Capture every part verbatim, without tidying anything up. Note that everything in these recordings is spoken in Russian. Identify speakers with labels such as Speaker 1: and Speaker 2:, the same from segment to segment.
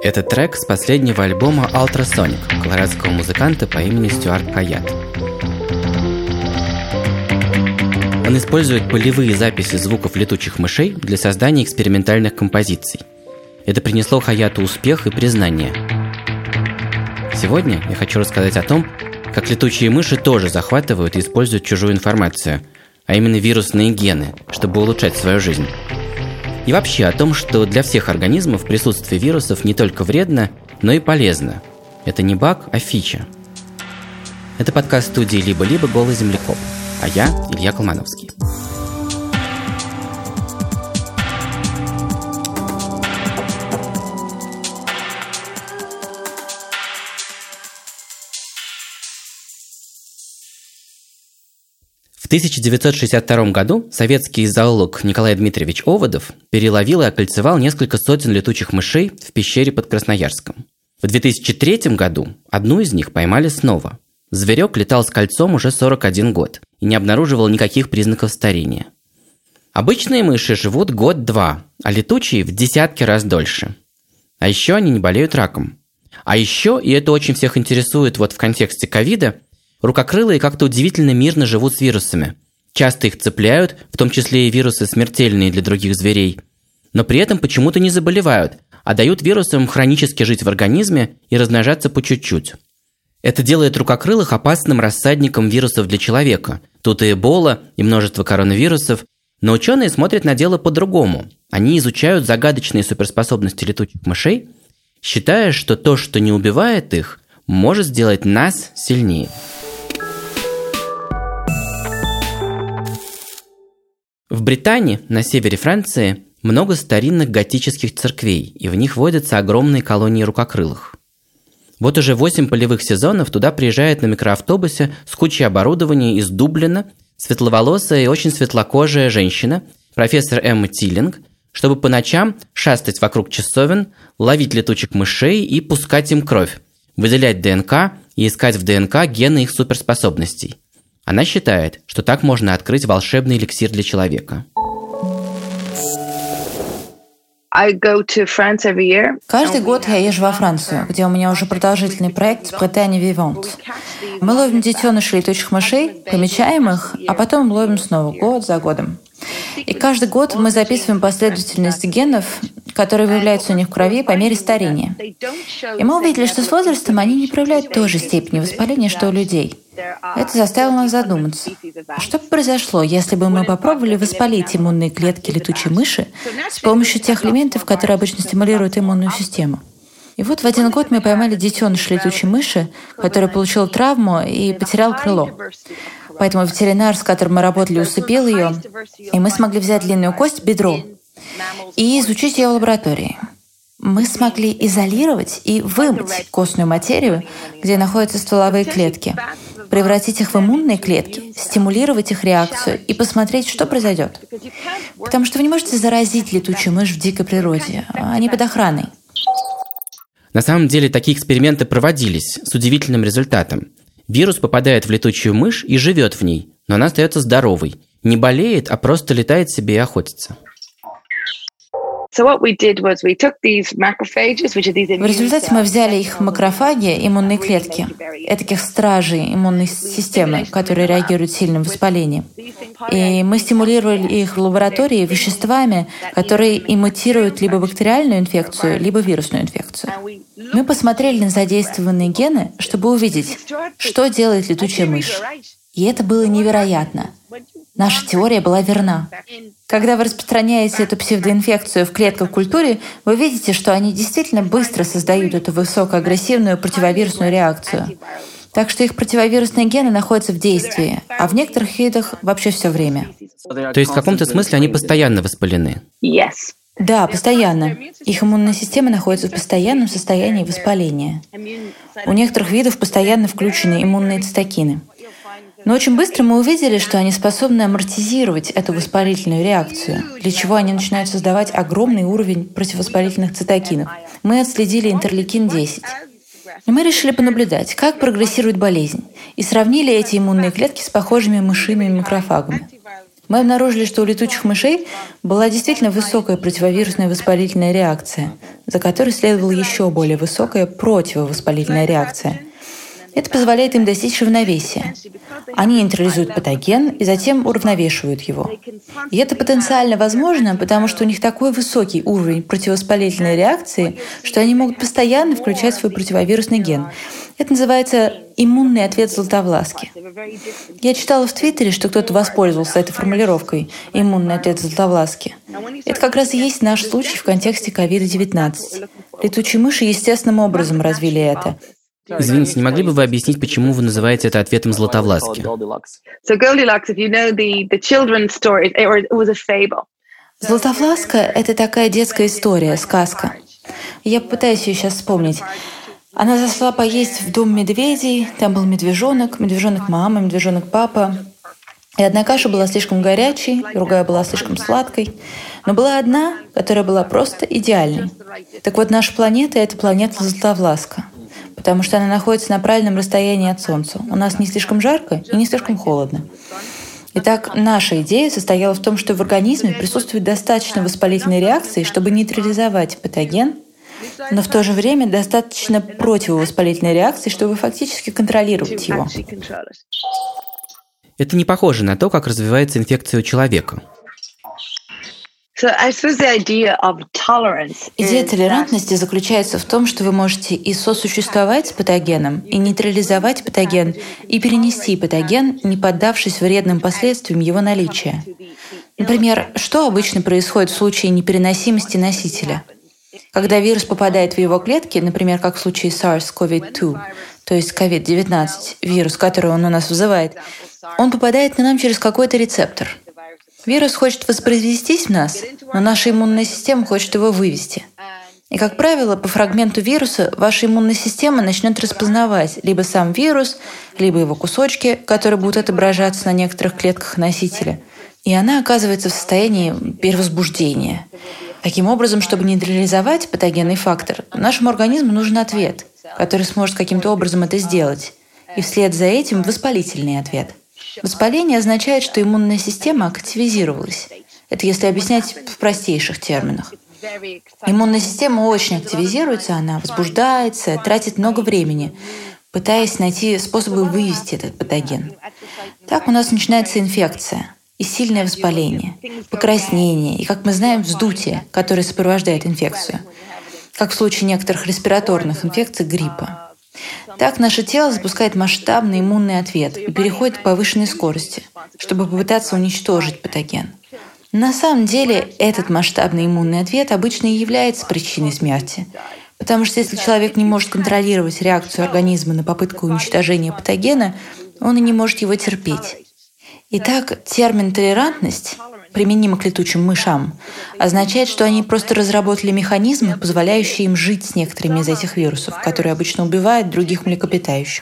Speaker 1: Это трек с последнего альбома Ultrasonic колорадского музыканта по имени Стюарт Хаят. Он использует полевые записи звуков летучих мышей для создания экспериментальных композиций. Это принесло Хаяту успех и признание. Сегодня я хочу рассказать о том, как летучие мыши тоже захватывают и используют чужую информацию, а именно вирусные гены, чтобы улучшать свою жизнь. И вообще о том, что для всех организмов присутствие вирусов не только вредно, но и полезно. Это не баг, а фича. Это подкаст студии «Либо-либо. Голый землекоп», а я Илья Колмановский. В тысяча девятьсот шестьдесят втором году советский зоолог Николай Дмитриевич Оводов переловил и окольцевал несколько сотен летучих мышей в пещере под Красноярском. В две тысячи третьем году одну из них поймали снова. Зверек летал с кольцом уже сорок один год и не обнаруживал никаких признаков старения. Обычные мыши живут год-два, а летучие в десятки раз дольше. А еще они не болеют раком. А еще, и это очень всех интересует вот в контексте ковида, рукокрылые как-то удивительно мирно живут с вирусами. Часто их цепляют, в том числе и вирусы смертельные для других зверей. Но при этом почему-то не заболевают, а дают вирусам хронически жить в организме и размножаться по чуть-чуть. Это делает рукокрылых опасным рассадником вирусов для человека. Тут и эбола, и множество коронавирусов. Но ученые смотрят на дело по-другому. Они изучают загадочные суперспособности летучих мышей, считая, что то, что не убивает их, может сделать нас сильнее. В Британии, на севере Франции, много старинных готических церквей, и в них водятся огромные колонии рукокрылых. Вот уже восемь полевых сезонов туда приезжает на микроавтобусе с кучей оборудования из Дублина светловолосая и очень светлокожая женщина, профессор Эмма Тиллинг, чтобы по ночам шастать вокруг часовен, ловить летучих мышей и пускать им кровь, выделять ДНК и искать в ДНК гены их суперспособностей. Она считает, что так можно открыть волшебный эликсир для человека.
Speaker 2: Каждый год я езжу во Францию, где у меня уже продолжительный проект «Британия Vivante». Мы ловим детенышей летучих мышей, помечаем их, а потом ловим снова год за годом. И каждый год мы записываем последовательность генов, которые выявляются у них в крови по мере старения. И мы увидели, что с возрастом они не проявляют той же степени воспаления, что у людей. Это заставило нас задуматься. А что бы произошло, если бы мы попробовали воспалить иммунные клетки летучей мыши с помощью тех элементов, которые обычно стимулируют иммунную систему? И вот в один год мы поймали детеныш летучей мыши, который получил травму и потерял крыло. Поэтому ветеринар, с которым мы работали, усыпил ее, и мы смогли взять длинную кость, бедро, и изучить ее в лаборатории. Мы смогли изолировать и вымыть костную материю, где находятся стволовые клетки, превратить их в иммунные клетки, стимулировать их реакцию и посмотреть, что произойдет. Потому что вы не можете заразить летучую мышь в дикой природе. Они под охраной.
Speaker 1: На самом деле такие эксперименты проводились с удивительным результатом. Вирус попадает в летучую мышь и живет в ней, но она остается здоровой, не болеет, а просто летает себе и охотится.
Speaker 2: В результате мы взяли их макрофаги, иммунные клетки, этаких стражей иммунной системы, которые реагируют сильным воспалением. И мы стимулировали их в лаборатории веществами, которые имитируют либо бактериальную инфекцию, либо вирусную инфекцию. Мы посмотрели на задействованные гены, чтобы увидеть, что делает летучая мышь. И это было невероятно. Наша теория была верна. Когда вы распространяете эту псевдоинфекцию в клетках в культуре, вы видите, что они действительно быстро создают эту высокоагрессивную противовирусную реакцию. Так что их противовирусные гены находятся в действии, а в некоторых видах вообще все время.
Speaker 1: То есть в каком-то смысле они постоянно воспалены?
Speaker 2: Да, постоянно. Их иммунная система находится в постоянном состоянии воспаления. У некоторых видов постоянно включены иммунные цитокины. Но очень быстро мы увидели, что они способны амортизировать эту воспалительную реакцию, для чего они начинают создавать огромный уровень противовоспалительных цитокинов. Мы отследили интерлейкин десять. И мы решили понаблюдать, как прогрессирует болезнь, и сравнили эти иммунные клетки с похожими мышиными макрофагами. Мы обнаружили, что у летучих мышей была действительно высокая противовирусная воспалительная реакция, за которой следовала еще более высокая противовоспалительная реакция. Это позволяет им достичь равновесия. Они нейтрализуют патоген и затем уравновешивают его. И это потенциально возможно, потому что у них такой высокий уровень противовоспалительной реакции, что они могут постоянно включать свой противовирусный ген. Это называется иммунный ответ златовласки. Я читала в Твиттере, что кто-то воспользовался этой формулировкой «иммунный ответ златовласки». Это как раз и есть наш случай в контексте ковид девятнадцать. Летучие мыши естественным образом развили это.
Speaker 1: Извините, не могли бы вы объяснить, почему вы называете это ответом златовласки?
Speaker 2: Златовласка — это такая детская история, сказка. Я попытаюсь ее сейчас вспомнить. Она зашла поесть в дом медведей, там был медвежонок, медвежонок мама, медвежонок папа. И одна каша была слишком горячей, другая была слишком сладкой. Но была одна, которая была просто идеальной. Так вот, наша планета — это планета Златовласка, потому что она находится на правильном расстоянии от Солнца. У нас не слишком жарко и не слишком холодно. Итак, наша идея состояла в том, что в организме присутствует достаточно воспалительной реакции, чтобы нейтрализовать патоген, но в то же время достаточно противовоспалительной реакции, чтобы фактически контролировать его.
Speaker 1: Это не похоже на то, как развивается инфекция у человека.
Speaker 2: Идея толерантности заключается в том, что вы можете и сосуществовать с патогеном, и нейтрализовать патоген, и перенести патоген, не поддавшись вредным последствиям его наличия. Например, что обычно происходит в случае непереносимости носителя? Когда вирус попадает в его клетки, например, как в случае SARS-си о ви два, то есть ковид девятнадцать, вирус, который он у нас вызывает, он попадает к нам через какой-то рецептор. Вирус хочет воспроизвестись в нас, но наша иммунная система хочет его вывести. И, как правило, по фрагменту вируса ваша иммунная система начнет распознавать либо сам вирус, либо его кусочки, которые будут отображаться на некоторых клетках носителя. И она оказывается в состоянии перевозбуждения. Таким образом, чтобы нейтрализовать патогенный фактор, нашему организму нужен ответ, который сможет каким-то образом это сделать. И вслед за этим воспалительный ответ. Воспаление означает, что иммунная система активизировалась. Это если объяснять в простейших терминах. Иммунная система очень активизируется, она возбуждается, тратит много времени, пытаясь найти способы вывести этот патоген. Так у нас начинается инфекция и сильное воспаление, покраснение и, как мы знаем, вздутие, которое сопровождает инфекцию, как в случае некоторых респираторных инфекций гриппа. Так наше тело запускает масштабный иммунный ответ и переходит к повышенной скорости, чтобы попытаться уничтожить патоген. На самом деле этот масштабный иммунный ответ обычно и является причиной смерти, потому что если человек не может контролировать реакцию организма на попытку уничтожения патогена, он и не может его терпеть. Итак, термин «толерантность», применимый к летучим мышам, означает, что они просто разработали механизмы, позволяющие им жить с некоторыми из этих вирусов, которые обычно убивают других млекопитающих.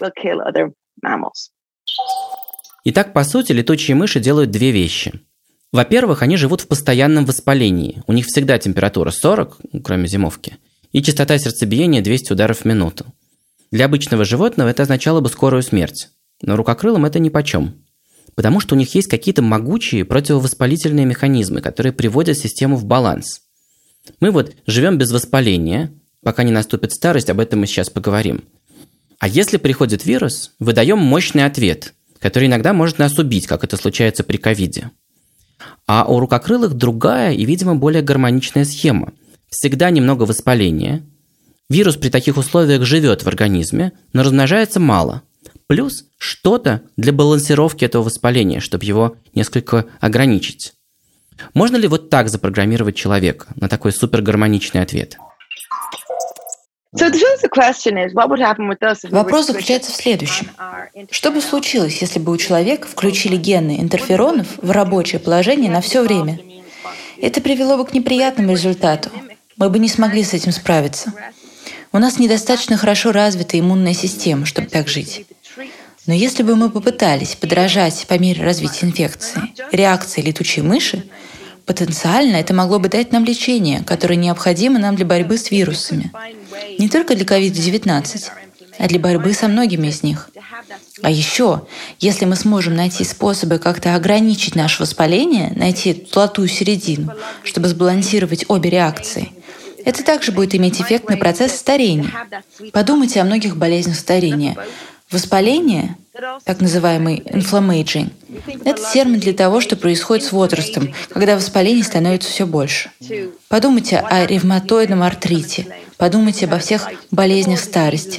Speaker 1: Итак, по сути, летучие мыши делают две вещи. Во-первых, они живут в постоянном воспалении. У них всегда температура сорок, кроме зимовки, и частота сердцебиения двести ударов в минуту. Для обычного животного это означало бы скорую смерть, но рукокрылым это нипочем. Потому что у них есть какие-то могучие противовоспалительные механизмы, которые приводят систему в баланс. Мы вот живем без воспаления, пока не наступит старость, об этом мы сейчас поговорим. А если приходит вирус, выдаем мощный ответ, который иногда может нас убить, как это случается при ковиде. А у рукокрылых другая и, видимо, более гармоничная схема. Всегда немного воспаления. Вирус при таких условиях живет в организме, но размножается мало. Плюс что-то для балансировки этого воспаления, чтобы его несколько ограничить. Можно ли вот так запрограммировать человека на такой супергармоничный ответ?
Speaker 2: Вопрос заключается в следующем. Что бы случилось, если бы у человека включили гены интерферонов в рабочее положение на все время? Это привело бы к неприятному результату. Мы бы не смогли с этим справиться. У нас недостаточно хорошо развита иммунная система, чтобы так жить. Но если бы мы попытались подражать по мере развития инфекции реакции летучей мыши, потенциально это могло бы дать нам лечение, которое необходимо нам для борьбы с вирусами. Не только для ковид девятнадцать, а для борьбы со многими из них. А еще, если мы сможем найти способы как-то ограничить наше воспаление, найти эту золотую середину, чтобы сбалансировать обе реакции, это также будет иметь эффект на процесс старения. Подумайте о многих болезнях старения. Воспаление, так называемый inflammaging, это термин для того, что происходит с возрастом, когда воспаление становится все больше. Подумайте о ревматоидном артрите, подумайте обо всех болезнях старости.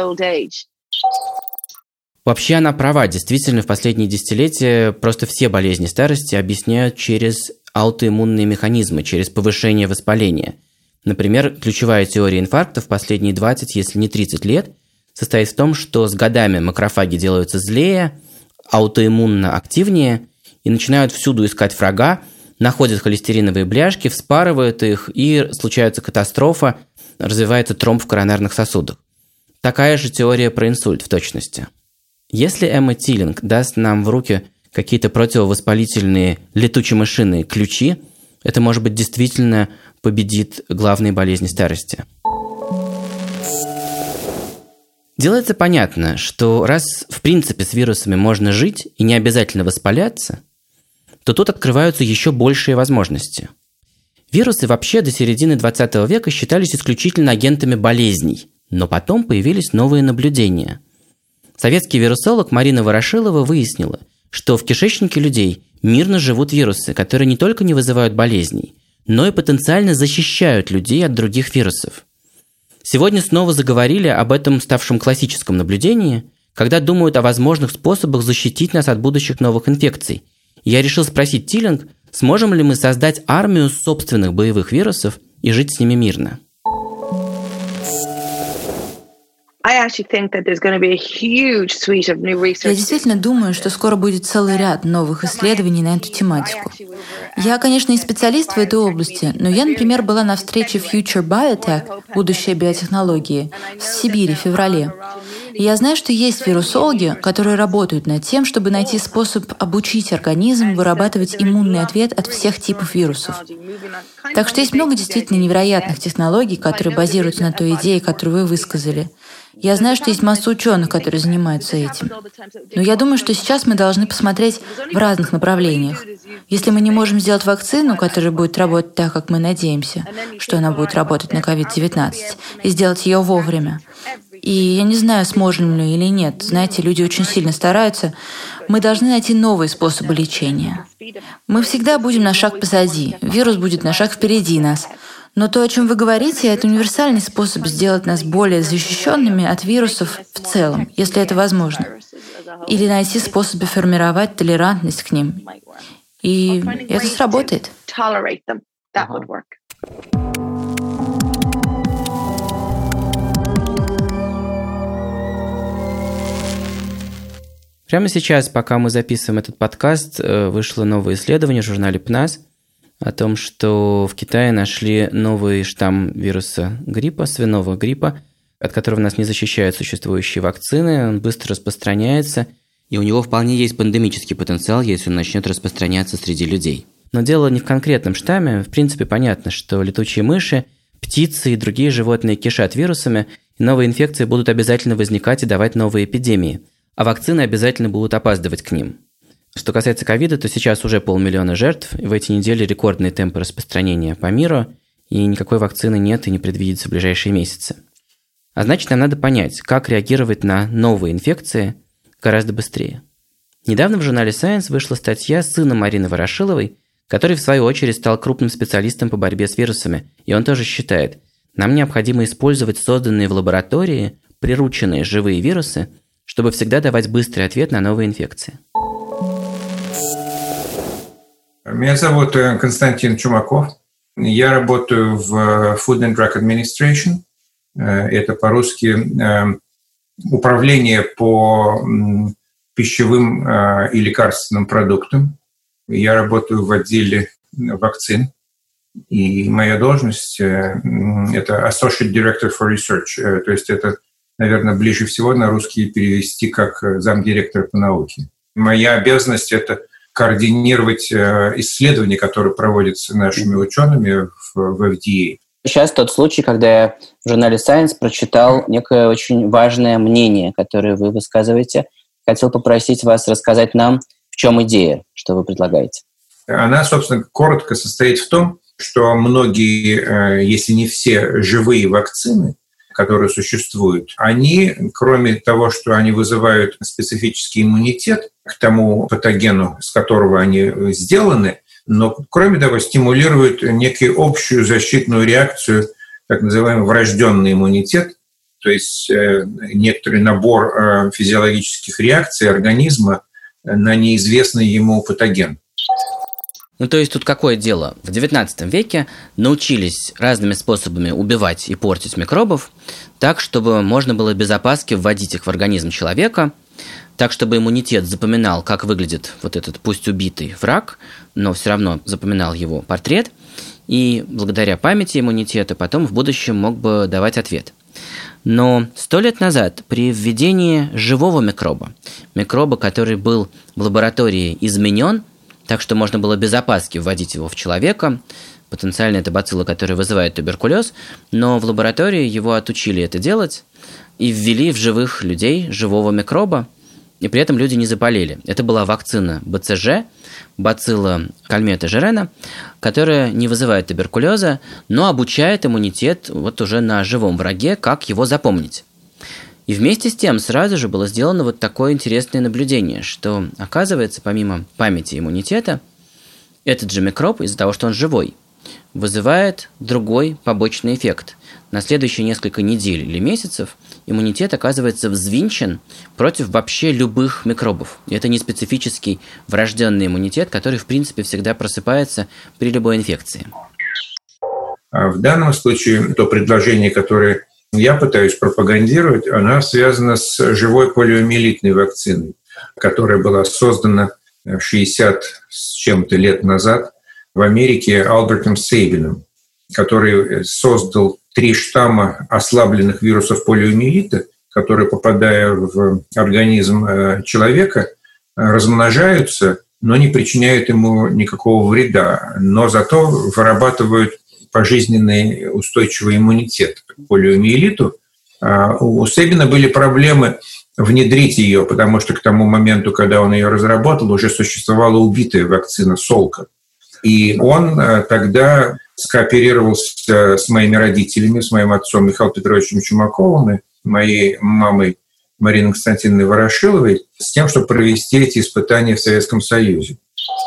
Speaker 1: Вообще она права. Действительно, в последние десятилетия просто все болезни старости объясняют через аутоиммунные механизмы, через повышение воспаления. Например, ключевая теория инфаркта в последние двадцать, если не тридцать лет состоит в том, что с годами макрофаги делаются злее, аутоиммунно активнее и начинают всюду искать врага, находят холестериновые бляшки, вспарывают их, и случается катастрофа, развивается тромб в коронарных сосудах. Такая же теория про инсульт в точности. Если Эмма Тиллинг даст нам в руки какие-то противовоспалительные летучемышиные ключи, это, может быть, действительно победит главные болезни старости. Делается понятно, что раз в принципе с вирусами можно жить и не обязательно воспаляться, то тут открываются еще большие возможности. Вирусы вообще до середины двадцатого века считались исключительно агентами болезней, но потом появились новые наблюдения. Советский вирусолог Марина Ворошилова выяснила, что в кишечнике людей мирно живут вирусы, которые не только не вызывают болезней, но и потенциально защищают людей от других вирусов. Сегодня снова заговорили об этом ставшем классическом наблюдении, когда думают о возможных способах защитить нас от будущих новых инфекций. И я решил спросить Тиллинг, сможем ли мы создать армию собственных боевых вирусов и жить с ними мирно.
Speaker 2: Я действительно думаю, что скоро будет целый ряд новых исследований на эту тематику. Я, конечно, не специалист в этой области, но я, например, была на встрече Future Biotech, будущее биотехнологии, в Сибири в феврале. И я знаю, что есть вирусологи, которые работают над тем, чтобы найти способ обучить организм вырабатывать иммунный ответ от всех типов вирусов. Так что есть много действительно невероятных технологий, которые базируются на той идее, которую вы высказали. Я знаю, что есть масса ученых, которые занимаются этим. Но я думаю, что сейчас мы должны посмотреть в разных направлениях. Если мы не можем сделать вакцину, которая будет работать так, как мы надеемся, что она будет работать на ковид девятнадцать, и сделать ее вовремя. И я не знаю, сможем ли или нет. Знаете, люди очень сильно стараются. Мы должны найти новые способы лечения. Мы всегда будем на шаг позади. Вирус будет на шаг впереди нас. Но то, о чем вы говорите, это универсальный способ сделать нас более защищенными от вирусов в целом, если это возможно. Или найти способы формировать толерантность к ним. И это сработает.
Speaker 1: Прямо сейчас, пока мы записываем этот подкаст, вышло новое исследование в журнале пи эн эй эс о том, что в Китае нашли новый штамм вируса гриппа, свиного гриппа, от которого нас не защищают существующие вакцины, он быстро распространяется, и у него вполне есть пандемический потенциал, если он начнет распространяться среди людей. Но дело не в конкретном штамме, в принципе понятно, что летучие мыши, птицы и другие животные кишат вирусами, и новые инфекции будут обязательно возникать и давать новые эпидемии, а вакцины обязательно будут опаздывать к ним. Что касается ковида, то сейчас уже полмиллиона жертв, и в эти недели рекордные темпы распространения по миру, и никакой вакцины нет и не предвидится в ближайшие месяцы. А значит, нам надо понять, как реагировать на новые инфекции гораздо быстрее. Недавно в журнале Science вышла статья сына Марины Ворошиловой, который в свою очередь стал крупным специалистом по борьбе с вирусами, и он тоже считает, нам необходимо использовать созданные в лаборатории прирученные живые вирусы, чтобы всегда давать быстрый ответ на новые инфекции.
Speaker 3: Меня зовут Константин Чумаков. Я работаю в Food and Drug Administration. Это по-русски управление по пищевым и лекарственным продуктам. Я работаю в отделе вакцин. И моя должность – это Associate Director for Research. То есть это, наверное, ближе всего на русский перевести как замдиректора по науке. Моя обязанность – это координировать исследования, которые проводятся нашими учеными в эф ди эй.
Speaker 4: Сейчас тот случай, когда я в журнале Science прочитал некое очень важное мнение, которое вы высказываете хотел попросить вас рассказать нам, в чем идея, что вы предлагаете.
Speaker 3: Она, собственно, коротко состоит в том, что многие, если не все живые вакцины, которые существуют, они, кроме того, что они вызывают специфический иммунитет к тому патогену, с которого они сделаны, но, кроме того, стимулируют некую общую защитную реакцию, так называемый врожденный иммунитет, то есть некоторый набор физиологических реакций организма на неизвестный ему патоген.
Speaker 1: Ну, то есть тут какое дело? В девятнадцатом веке научились разными способами убивать и портить микробов, так, чтобы можно было без опаски вводить их в организм человека, так, чтобы иммунитет запоминал, как выглядит вот этот пусть убитый враг, но все равно запоминал его портрет, и благодаря памяти иммунитета потом в будущем мог бы давать ответ. Но сто лет назад при введении живого микроба, микроба, который был в лаборатории изменен, так что можно было без опаски вводить его в человека, потенциально это бацилла, которая вызывает туберкулез, но в лаборатории его отучили это делать и ввели в живых людей живого микроба, и при этом люди не заболели. Это была вакцина бэ цэ жэ, бацилла кальмета жирена, которая не вызывает туберкулеза, но обучает иммунитет вот уже на живом враге, как его запомнить. И вместе с тем сразу же было сделано вот такое интересное наблюдение, что, оказывается, помимо памяти иммунитета, этот же микроб, из-за того, что он живой, вызывает другой побочный эффект. На следующие несколько недель или месяцев иммунитет оказывается взвинчен против вообще любых микробов. И это не специфический врожденный иммунитет, который, в принципе, всегда просыпается при любой инфекции.
Speaker 3: В данном случае то предложение, которое я пытаюсь пропагандировать, она связана с живой полиомиелитной вакциной, которая была создана шестьдесят с чем-то лет назад в Америке Альбертом Сейбином, который создал три штамма ослабленных вирусов полиомиелита, которые, попадая в организм человека, размножаются, но не причиняют ему никакого вреда, но зато вырабатывают пожизненный устойчивый иммунитет к полиомиелиту. У Сейбина были проблемы внедрить ее, потому что к тому моменту, когда он ее разработал, уже существовала убитая вакцина Солка. И он тогда скооперировался с моими родителями, с моим отцом Михаилом Петровичем Чумаковым и моей мамой Мариной Константиновной Ворошиловой с тем, чтобы провести эти испытания в Советском Союзе.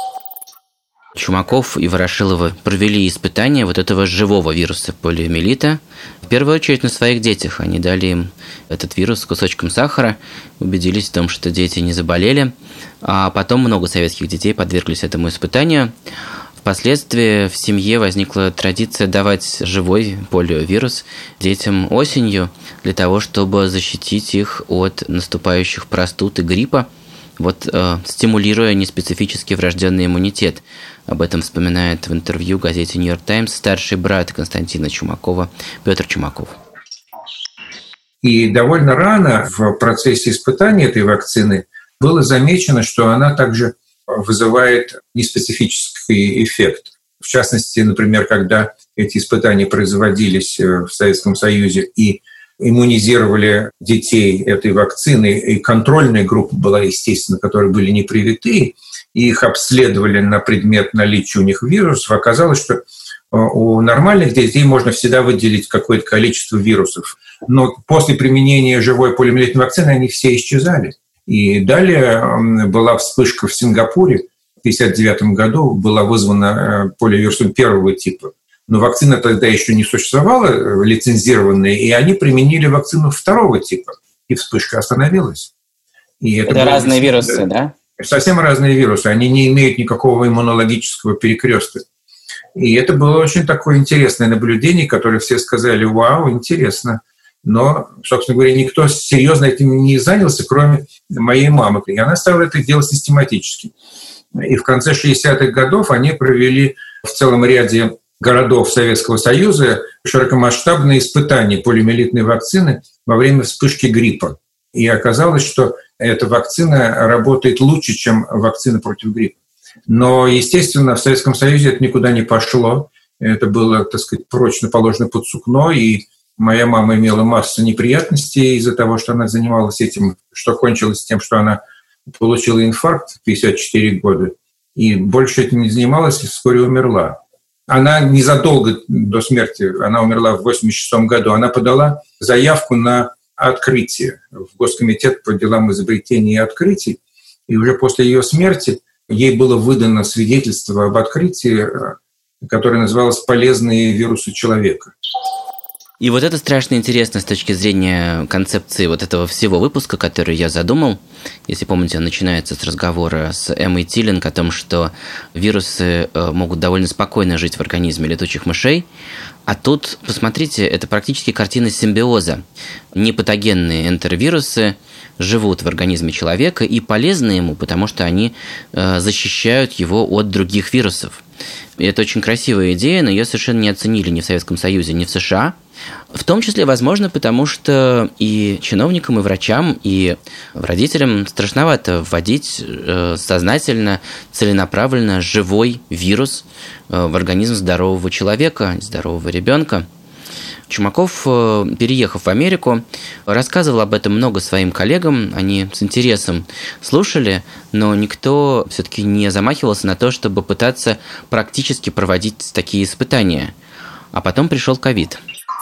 Speaker 1: Чумаков и Ворошилова провели испытания вот этого живого вируса полиомиелита. В первую очередь на своих детях. Они дали им этот вирус с кусочком сахара, убедились в том, что дети не заболели. А потом много советских детей подверглись этому испытанию. Впоследствии в семье возникла традиция давать живой полиовирус детям осенью для того, чтобы защитить их от наступающих простуд и гриппа, вот, э, стимулируя неспецифический врожденный иммунитет. Об этом вспоминает в интервью газете «Нью-Йорк Таймс» старший брат Константина Чумакова Петр Чумаков.
Speaker 3: И довольно рано в процессе испытания этой вакцины было замечено, что она также вызывает неспецифический эффект. В частности, например, когда эти испытания производились в Советском Союзе и иммунизировали детей этой вакциной, и контрольная группа была, естественно, которые были не привитые, и их обследовали на предмет наличия у них вирусов, оказалось, что у нормальных детей можно всегда выделить какое-то количество вирусов. Но после применения живой полиомиелитной вакцины они все исчезали. И далее была вспышка в Сингапуре. В тысяча девятьсот пятьдесят девятом году была вызвана полиовирусом первого типа. Но вакцина тогда еще не существовала, лицензированная, и они применили вакцину второго типа. И вспышка остановилась. И
Speaker 4: это это разные вирусы, да?
Speaker 3: Совсем разные вирусы. Они не имеют никакого иммунологического перекрестка. И это было очень такое интересное наблюдение, которое все сказали: «Вау, интересно». Но, собственно говоря, никто серьезно этим не занялся, кроме моей мамы. И она стала это делать систематически. И в конце шестидесятых годов они провели в целом ряде городов Советского Союза широкомасштабные испытания полиомиелитной вакцины во время вспышки гриппа. И оказалось, что эта вакцина работает лучше, чем вакцина против гриппа. Но, естественно, в Советском Союзе это никуда не пошло. Это было, так сказать, прочно положено под сукно, и Моя мама имела массу неприятностей из-за того, что она занималась этим, что кончилось тем, что она получила инфаркт в пятьдесят четыре года, и больше этим не занималась, и вскоре умерла. Она незадолго до смерти, она умерла в восемьдесят шестом году, она подала заявку на открытие в Госкомитет по делам изобретений и открытий, и уже после ее смерти ей было выдано свидетельство об открытии, которое называлось «Полезные вирусы человека».
Speaker 1: И вот это страшно интересно с точки зрения концепции вот этого всего выпуска, который я задумал. Если помните, он начинается с разговора с Эммой Тиллинг о том, что вирусы могут довольно спокойно жить в организме летучих мышей. А тут, посмотрите, это практически картина симбиоза. Непатогенные энтеровирусы живут в организме человека и полезны ему, потому что они защищают его от других вирусов. И это очень красивая идея, но ее совершенно не оценили ни в Советском Союзе, ни в США. В том числе, возможно, потому что и чиновникам, и врачам, и родителям страшновато вводить сознательно, целенаправленно живой вирус в организм здорового человека, здорового ребенка. Чумаков, переехав в Америку, рассказывал об этом много своим коллегам, они с интересом слушали, но никто все-таки не замахивался на то, чтобы пытаться практически проводить такие испытания. А потом пришел ковид.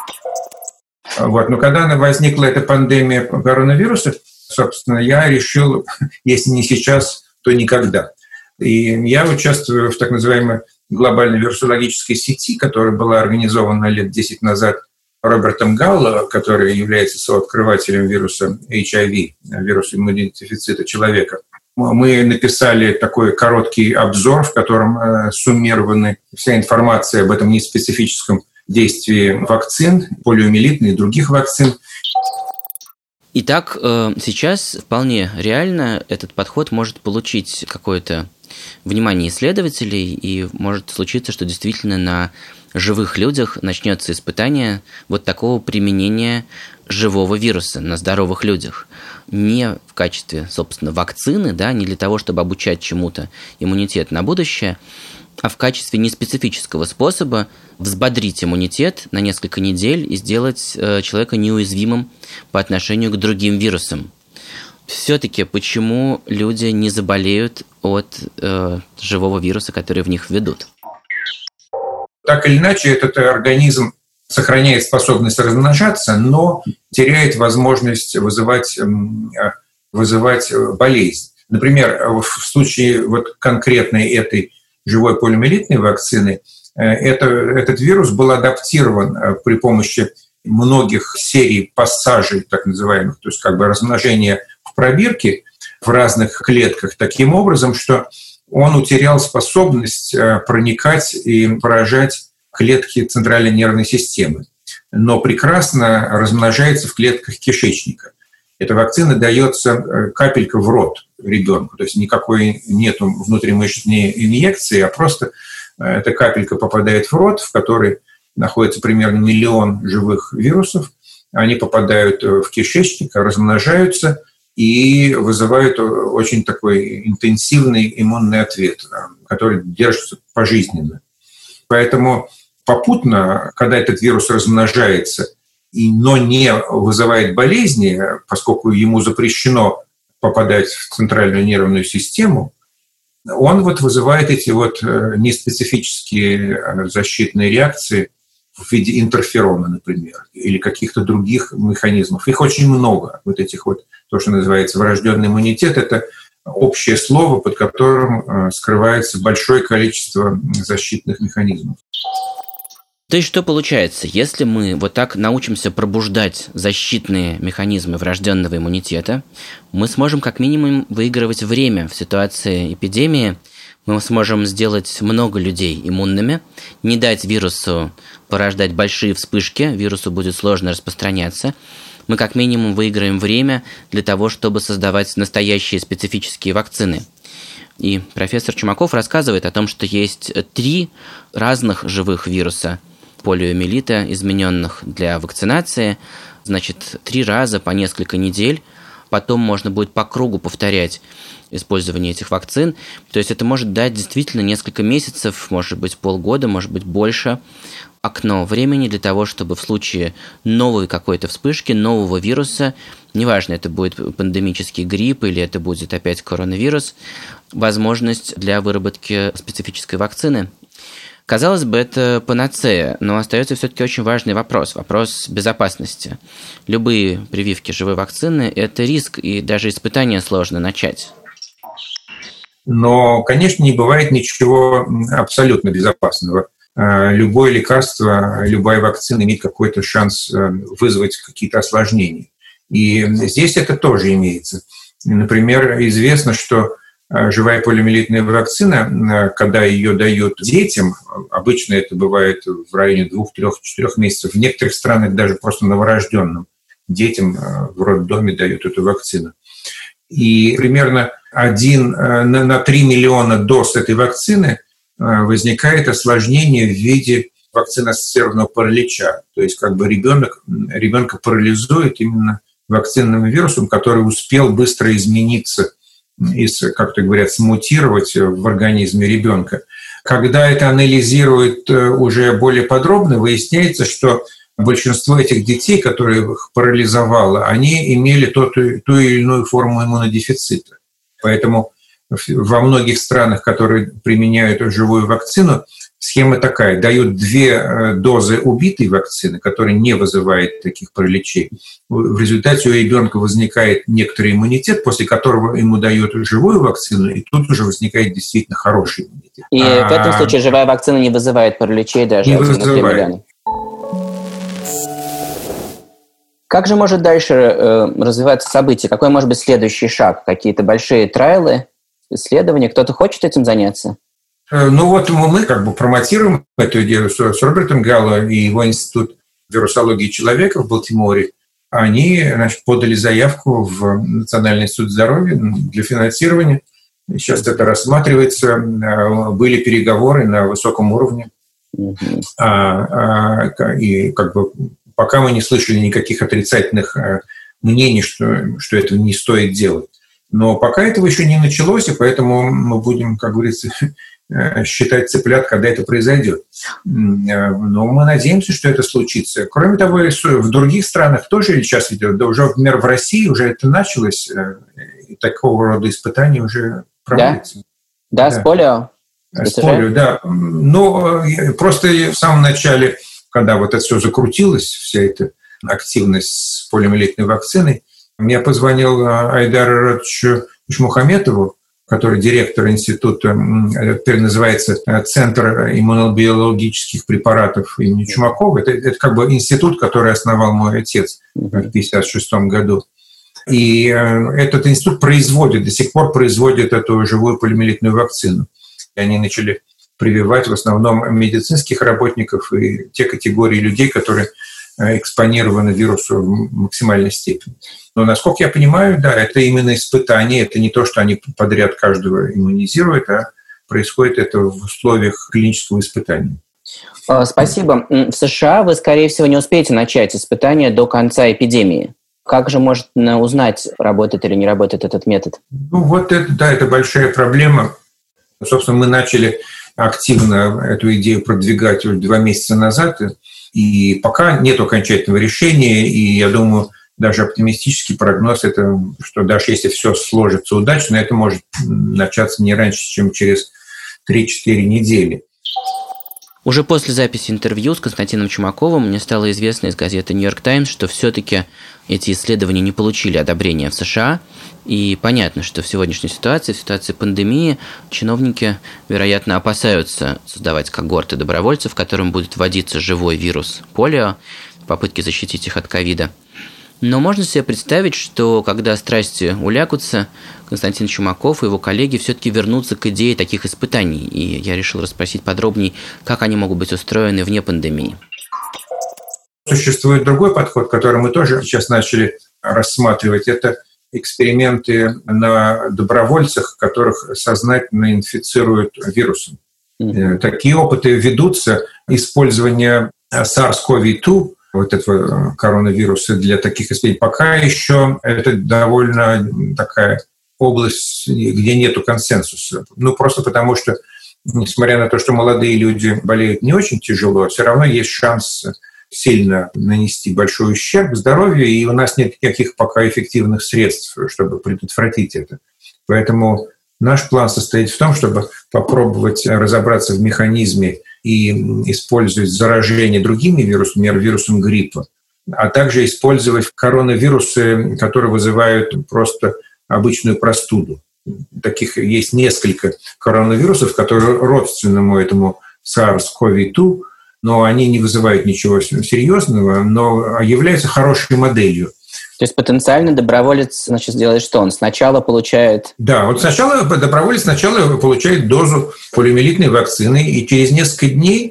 Speaker 3: Вот. Но когда возникла эта пандемия коронавируса, собственно, я решил, если не сейчас, то никогда. И я участвую в так называемой глобальной вирусологической сети, которая была организована лет десять назад Робертом Галло, который является сооткрывателем вируса эйч ай ви, вируса иммунодефицита человека. Мы написали такой короткий обзор, в котором суммированы вся информация об этом неспецифическом действии вакцин, полиомиелитной и других вакцин.
Speaker 1: Итак, сейчас вполне реально этот подход может получить какое-то внимание исследователей, и может случиться, что действительно на живых людях начнется испытание вот такого применения живого вируса на здоровых людях. Не в качестве, собственно, вакцины, да, не для того, чтобы обучать чему-то иммунитет на будущее, а в качестве неспецифического способа взбодрить иммунитет на несколько недель и сделать э, человека неуязвимым по отношению к другим вирусам. Все-таки почему люди не заболеют от э, живого вируса, который в них введут?
Speaker 3: Так или иначе, этот организм сохраняет способность размножаться, но теряет возможность вызывать, вызывать болезнь. Например, в случае вот конкретной этой живой полиомиелитной вакцины, это, этот вирус был адаптирован при помощи многих серий пассажей, так называемых, то есть как бы размножения в пробирке в разных клетках таким образом, что он утерял способность проникать и поражать клетки центральной нервной системы, но прекрасно размножается в клетках кишечника. Эта вакцина дается капелька в рот ребенку, то есть никакой нет внутримышечной инъекции, а просто эта капелька попадает в рот, в который находится примерно миллион живых вирусов. Они попадают в кишечник, размножаются и вызывают очень такой интенсивный иммунный ответ, который держится пожизненно. Поэтому попутно, когда этот вирус размножается, но не вызывает болезни, поскольку ему запрещено попадать в центральную нервную систему, он вот вызывает эти вот неспецифические защитные реакции в виде интерферона, например, или каких-то других механизмов. Их очень много, вот этих вот, то, что называется врожденный иммунитет, это общее слово, под которым скрывается большое количество защитных механизмов.
Speaker 1: То есть что получается, если мы вот так научимся пробуждать защитные механизмы врожденного иммунитета, мы сможем как минимум выигрывать время в ситуации эпидемии, мы сможем сделать много людей иммунными, не дать вирусу порождать большие вспышки, вирусу будет сложно распространяться, мы как минимум выиграем время для того, чтобы создавать настоящие специфические вакцины. И профессор Чумаков рассказывает о том, что есть три разных живых вируса полиомиелита, измененных для вакцинации, значит, три раза по несколько недель. Потом можно будет по кругу повторять использование этих вакцин. То есть это может дать действительно несколько месяцев, может быть полгода, может быть больше окно времени для того, чтобы в случае новой какой-то вспышки, нового вируса, неважно, это будет пандемический грипп или это будет опять коронавирус, возможность для выработки специфической вакцины. Казалось бы, это панацея, но остается все-таки очень важный вопрос, вопрос безопасности. Любые прививки живой вакцины – это риск, и даже испытания сложно начать.
Speaker 3: Но, конечно, не бывает ничего абсолютно безопасного. Любое лекарство, любая вакцина имеет какой-то шанс вызвать какие-то осложнения. И здесь это тоже имеется. Например, известно, что живая полиомиелитная вакцина, когда ее дают детям, обычно это бывает в районе двух, трех, четырех месяцев, в некоторых странах даже просто новорожденным детям в роддоме дают эту вакцину. И примерно один на три миллиона доз этой вакцины возникает осложнение в виде вакцинно-ассоциированного паралича. То есть как бы ребенок, ребенка парализует именно вакцинным вирусом, который успел быстро измениться, из, как то говорят, смутировать в организме ребенка. Когда это анализируют уже более подробно, выясняется, что большинство этих детей, которых парализовало, они имели ту, ту или иную форму иммунодефицита. Поэтому во многих странах, которые применяют живую вакцину, схема такая. Дают две дозы убитой вакцины, которая не вызывает таких параличей. В результате у ребенка возникает некоторый иммунитет, после которого ему дают живую вакцину, и тут уже возникает действительно хороший иммунитет.
Speaker 4: И а... в этом случае живая вакцина не вызывает параличей даже?
Speaker 3: Не вызывает.
Speaker 4: Как же может дальше э, развиваться событие? Какой может быть следующий шаг? Какие-то большие трайлы, исследования? Кто-то хочет этим заняться?
Speaker 3: Ну вот мы как бы промотируем эту идею с, с Робертом Галло и его институт вирусологии человека в Балтиморе. Они, значит, подали заявку в Национальный институт здоровья для финансирования. Сейчас это рассматривается. Были переговоры на высоком уровне. Mm-hmm. А, а, и как бы пока мы не слышали никаких отрицательных мнений, что, что этого не стоит делать. Но пока этого еще не началось, и поэтому мы будем, как говорится, считать цыплят, когда это произойдет. Но мы надеемся, что это случится. Кроме того, в других странах тоже сейчас идет. Да уже, например, в России уже это началось, и такого рода испытания уже проводятся.
Speaker 4: Да, да, с полио?
Speaker 3: С полио, да. Но просто в самом начале, когда вот это все закрутилось, вся эта активность с полиомиелитной вакциной, мне позвонил Айдар Радович Ишмухаметову, который директор института, теперь называется Центр иммунобиологических препаратов имени Чумакова. Это, это как бы институт, который основал мой отец в пятьдесят шестом году. И этот институт производит, до сих пор производит эту живую полиомиелитную вакцину. И они начали прививать в основном медицинских работников и те категории людей, которые экспонированы вирусу в максимальной степени. Но, насколько я понимаю, да, это именно испытание, это не то, что они подряд каждого иммунизируют, а происходит это в условиях клинического испытания.
Speaker 4: Спасибо. В США вы, скорее всего, не успеете начать испытания до конца эпидемии. Как же можно узнать, работает или не работает этот метод?
Speaker 3: Ну вот это, да, это большая проблема. Собственно, мы начали активно эту идею продвигать уже два месяца назад, и пока нет окончательного решения, и я думаю, даже оптимистический прогноз – это, что даже если все сложится удачно, это может начаться не раньше, чем через три-четыре недели.
Speaker 1: Уже после записи интервью с Константином Чумаковым мне стало известно из газеты «Нью-Йорк Таймс», что все-таки эти исследования не получили одобрения в США. И понятно, что в сегодняшней ситуации, в ситуации пандемии, чиновники, вероятно, опасаются создавать когорты добровольцев, которым будет вводиться живой вирус полио, в попытке защитить их от ковида. Но можно себе представить, что когда страсти улягутся, Константин Чумаков и его коллеги все-таки вернутся к идее таких испытаний. И я решил расспросить подробнее, как они могут быть устроены вне пандемии.
Speaker 3: Существует другой подход, который мы тоже сейчас начали рассматривать. Это эксперименты на добровольцах, которых сознательно инфицируют вирусом. Mm-hmm. Такие опыты ведутся. Использование SARS-ков два, вот этого коронавируса, для таких испытаний, пока еще это довольно такая область, где нету консенсуса. Ну, просто потому что несмотря на то, что молодые люди болеют не очень тяжело, все равно есть шанс сильно нанести большой ущерб здоровью, и у нас нет никаких пока эффективных средств, чтобы предотвратить это. Поэтому наш план состоит в том, чтобы попробовать разобраться в механизме и использовать заражение другими вирусами, например, вирусом гриппа, а также использовать коронавирусы, которые вызывают просто обычную простуду. Таких есть несколько коронавирусов, которые родственны этому SARS-ков два, но они не вызывают ничего серьезного, но являются хорошей моделью.
Speaker 4: То есть потенциально доброволец, значит, делает что? Он сначала получает...
Speaker 3: Да, вот сначала доброволец сначала получает дозу полиомиелитной вакцины, и через несколько дней,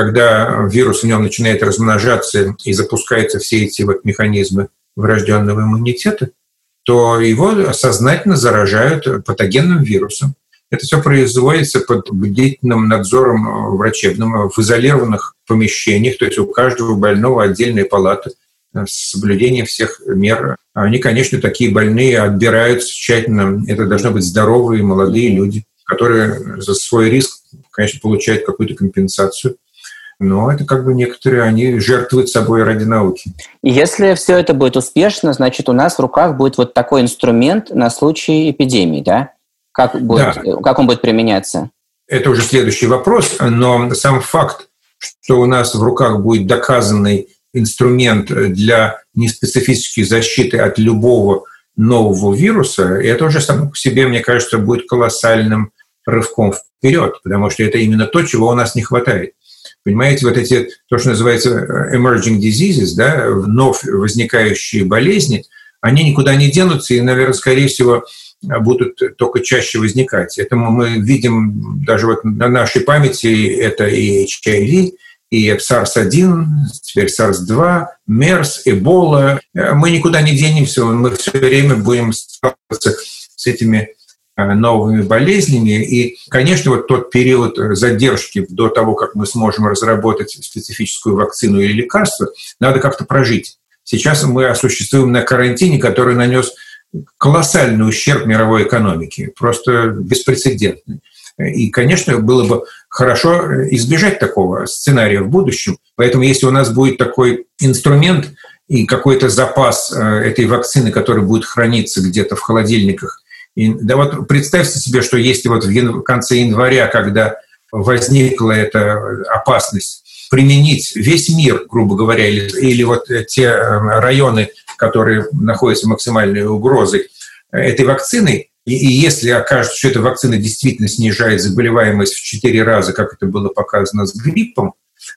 Speaker 3: когда вирус в нем начинает размножаться и запускаются все эти вот механизмы врожденного иммунитета, то его сознательно заражают патогенным вирусом. Это все производится под бдительным надзором врачебным в изолированных помещениях, то есть у каждого больного отдельная палата с соблюдением всех мер. Они, конечно, такие больные отбираются тщательно. Это должны быть здоровые молодые люди, которые за свой риск, конечно, получают какую-то компенсацию. Но это как бы некоторые, они жертвуют собой ради науки.
Speaker 4: И если все это будет успешно, значит, у нас в руках будет вот такой инструмент на случай эпидемии, да? Как, будет, да. Как он будет применяться?
Speaker 3: Это уже следующий вопрос, но сам факт, что у нас в руках будет доказанный инструмент для неспецифической защиты от любого нового вируса, это уже само по себе, мне кажется, будет колоссальным рывком вперед, потому что это именно то, чего у нас не хватает. Понимаете, вот эти, то, что называется emerging diseases, да, вновь возникающие болезни, они никуда не денутся и, наверное, скорее всего, будут только чаще возникать. Это мы видим даже вот на нашей памяти, это и эйч ай ви, и SARS один, теперь SARS два, мерс, Эбола. Мы никуда не денемся, мы все время будем сталкиваться с этими новыми болезнями. И, конечно, вот тот период задержки до того, как мы сможем разработать специфическую вакцину или лекарство, надо как-то прожить. Сейчас мы осуществуем на карантине, который нанес колоссальный ущерб мировой экономике, просто беспрецедентный. И, конечно, было бы хорошо избежать такого сценария в будущем. Поэтому если у нас будет такой инструмент и какой-то запас этой вакцины, который будет храниться где-то в холодильниках, и, да вот представьте себе, что если вот в конце января, когда возникла эта опасность, применить весь мир, грубо говоря, или, или вот те районы, которые находятся в максимальной угрозе этой вакциной, и, и если окажется, что эта вакцина действительно снижает заболеваемость в четыре раза, как это было показано с гриппом,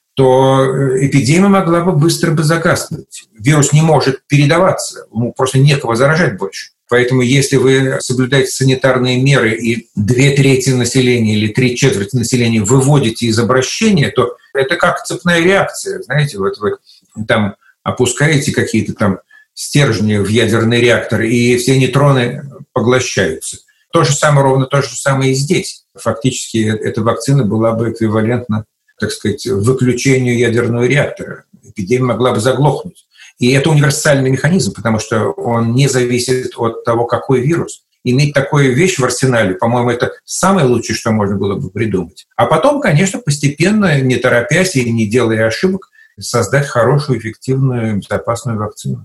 Speaker 3: то эпидемия могла бы быстро бы загаснуть. Вирус не может передаваться, ему просто некого заражать больше. Поэтому если вы соблюдаете санитарные меры и две трети населения или три четверти населения выводите из обращения, то это как цепная реакция. Знаете, вот вы там опускаете какие-то там стержни в ядерный реактор, и все нейтроны поглощаются. То же самое, ровно то же самое и здесь. Фактически эта вакцина была бы эквивалентна, так сказать, выключению ядерного реактора. Эпидемия могла бы заглохнуть. И это универсальный механизм, потому что он не зависит от того, какой вирус. Иметь такую вещь в арсенале, по-моему, это самое лучшее, что можно было бы придумать. А потом, конечно, постепенно, не торопясь и не делая ошибок, создать хорошую, эффективную, безопасную вакцину.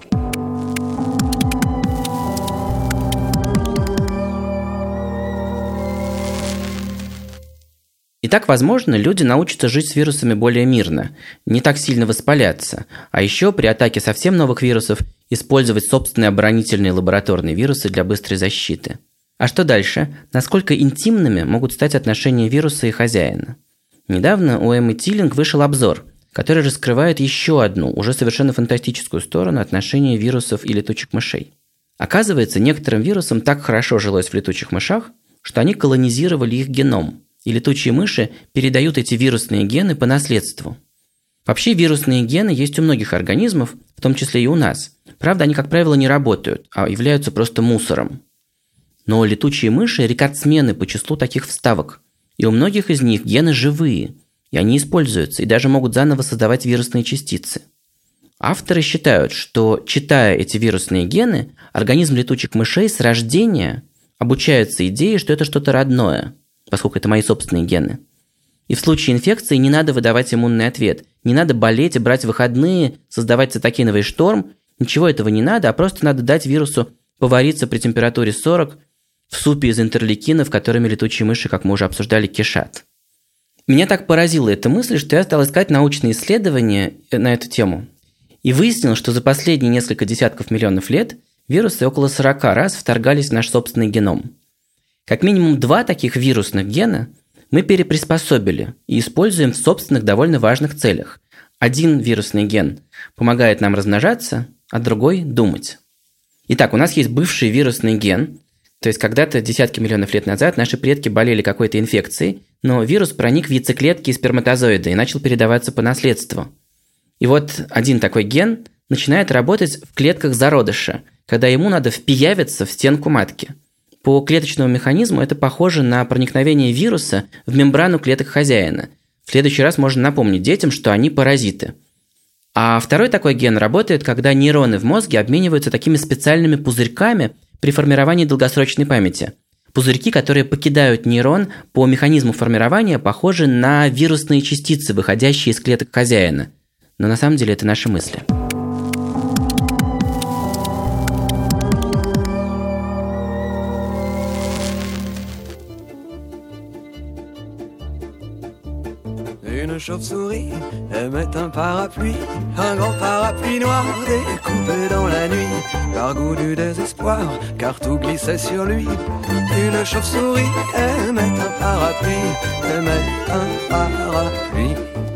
Speaker 1: Итак, возможно, люди научатся жить с вирусами более мирно, не так сильно воспаляться, а еще при атаке совсем новых вирусов использовать собственные оборонительные лабораторные вирусы для быстрой защиты. А что дальше? Насколько интимными могут стать отношения вируса и хозяина? Недавно у Эммы Тиллинг вышел обзор, который раскрывает еще одну, уже совершенно фантастическую сторону отношения вирусов и летучих мышей. Оказывается, некоторым вирусам так хорошо жилось в летучих мышах, что они колонизировали их геном. И летучие мыши передают эти вирусные гены по наследству. Вообще вирусные гены есть у многих организмов, в том числе и у нас. Правда, они, как правило, не работают, а являются просто мусором. Но летучие мыши – рекордсмены по числу таких вставок. И у многих из них гены живые, и они используются, и даже могут заново создавать вирусные частицы. Авторы считают, что, читая эти вирусные гены, организм летучих мышей с рождения обучается идее, что это что-то родное. поскольку это мои собственные гены. И в случае инфекции не надо выдавать иммунный ответ. Не надо болеть и брать выходные, создавать цитокиновый шторм. Ничего этого не надо, а просто надо дать вирусу повариться при температуре сорок в супе из интерлейкинов, которыми летучие мыши, как мы уже обсуждали, кишат. Меня так поразила эта мысль, что я стал искать научные исследования на эту тему. И выяснил, что за последние несколько десятков миллионов лет вирусы около сорок раз вторгались в наш собственный геном. Как минимум два таких вирусных гена мы переприспособили и используем в собственных довольно важных целях. Один вирусный ген помогает нам размножаться, а другой – думать. Итак, у нас есть бывший вирусный ген, то есть когда-то десятки миллионов лет назад наши предки болели какой-то инфекцией, но вирус проник в яйцеклетки и сперматозоиды и начал передаваться по наследству. И вот один такой ген начинает работать в клетках зародыша, когда ему надо впиявиться в стенку матки. По клеточному механизму это похоже на проникновение вируса в мембрану клеток хозяина. В следующий раз можно напомнить детям, что они паразиты. А второй такой ген работает, когда нейроны в мозге обмениваются такими специальными пузырьками при формировании долгосрочной памяти. Пузырьки, которые покидают нейрон по механизму формирования, похожи на вирусные частицы, выходящие из клеток хозяина. Но на самом деле это наши мысли.
Speaker 5: Une chauve-souris aimait un parapluie, un grand parapluie noir découpé dans la nuit, par goût du désespoir, car tout glissait sur lui. Une chauve-souris aimait un parapluie, aimait un parapluie.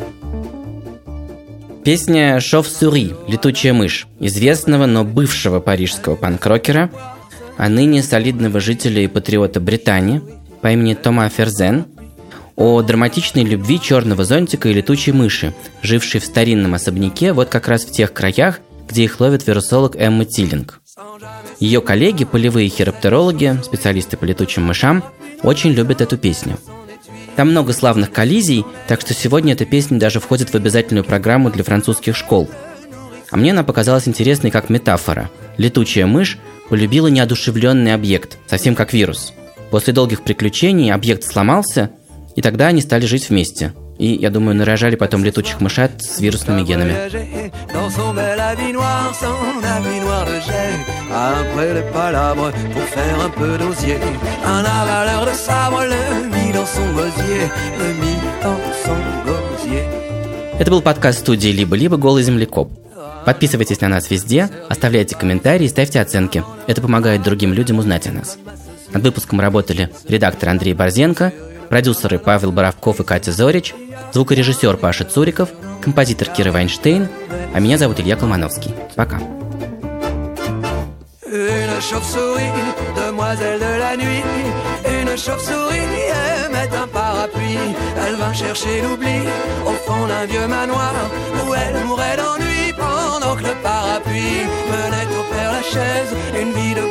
Speaker 1: Песня «Chauve-souris» – «Летучая мышь» известного, но бывшего парижского панк-рокера, а ныне солидного жителя и патриота Британии по имени Тома Ферзен, о драматичной любви черного зонтика и летучей мыши, жившей в старинном особняке вот как раз в тех краях, где их ловит вирусолог Эмма Тиллинг. Ее коллеги, полевые хироптерологи, специалисты по летучим мышам, очень любят эту песню. Там много славных коллизий, так что сегодня эта песня даже входит в обязательную программу для французских школ. А мне она показалась интересной как метафора. Летучая мышь полюбила неодушевленный объект, совсем как вирус. После долгих приключений объект сломался, и тогда они стали жить вместе. И, я думаю, нарожали потом летучих мышат с вирусными генами. Это был подкаст студии «Либо-либо. Голый землекоп». Подписывайтесь на нас везде, оставляйте комментарии, ставьте оценки. Это помогает другим людям узнать о нас. Над выпуском работали редактор Андрей Борзенко, продюсеры Павел Боровков и Катя Зорич, звукорежиссер Паша Цуриков, композитор Кира Вайнштейн, а меня зовут Илья Колмановский. Пока.
Speaker 5: Une chauve-souris, demoiselle de la nuit. Une chauve-souris aimait un parapluie. Elle vint chercher l'oubli au fond d'un vieux manoir où elle mourait d'ennui pendant que le parapluie menait au Père Lachaise une vie de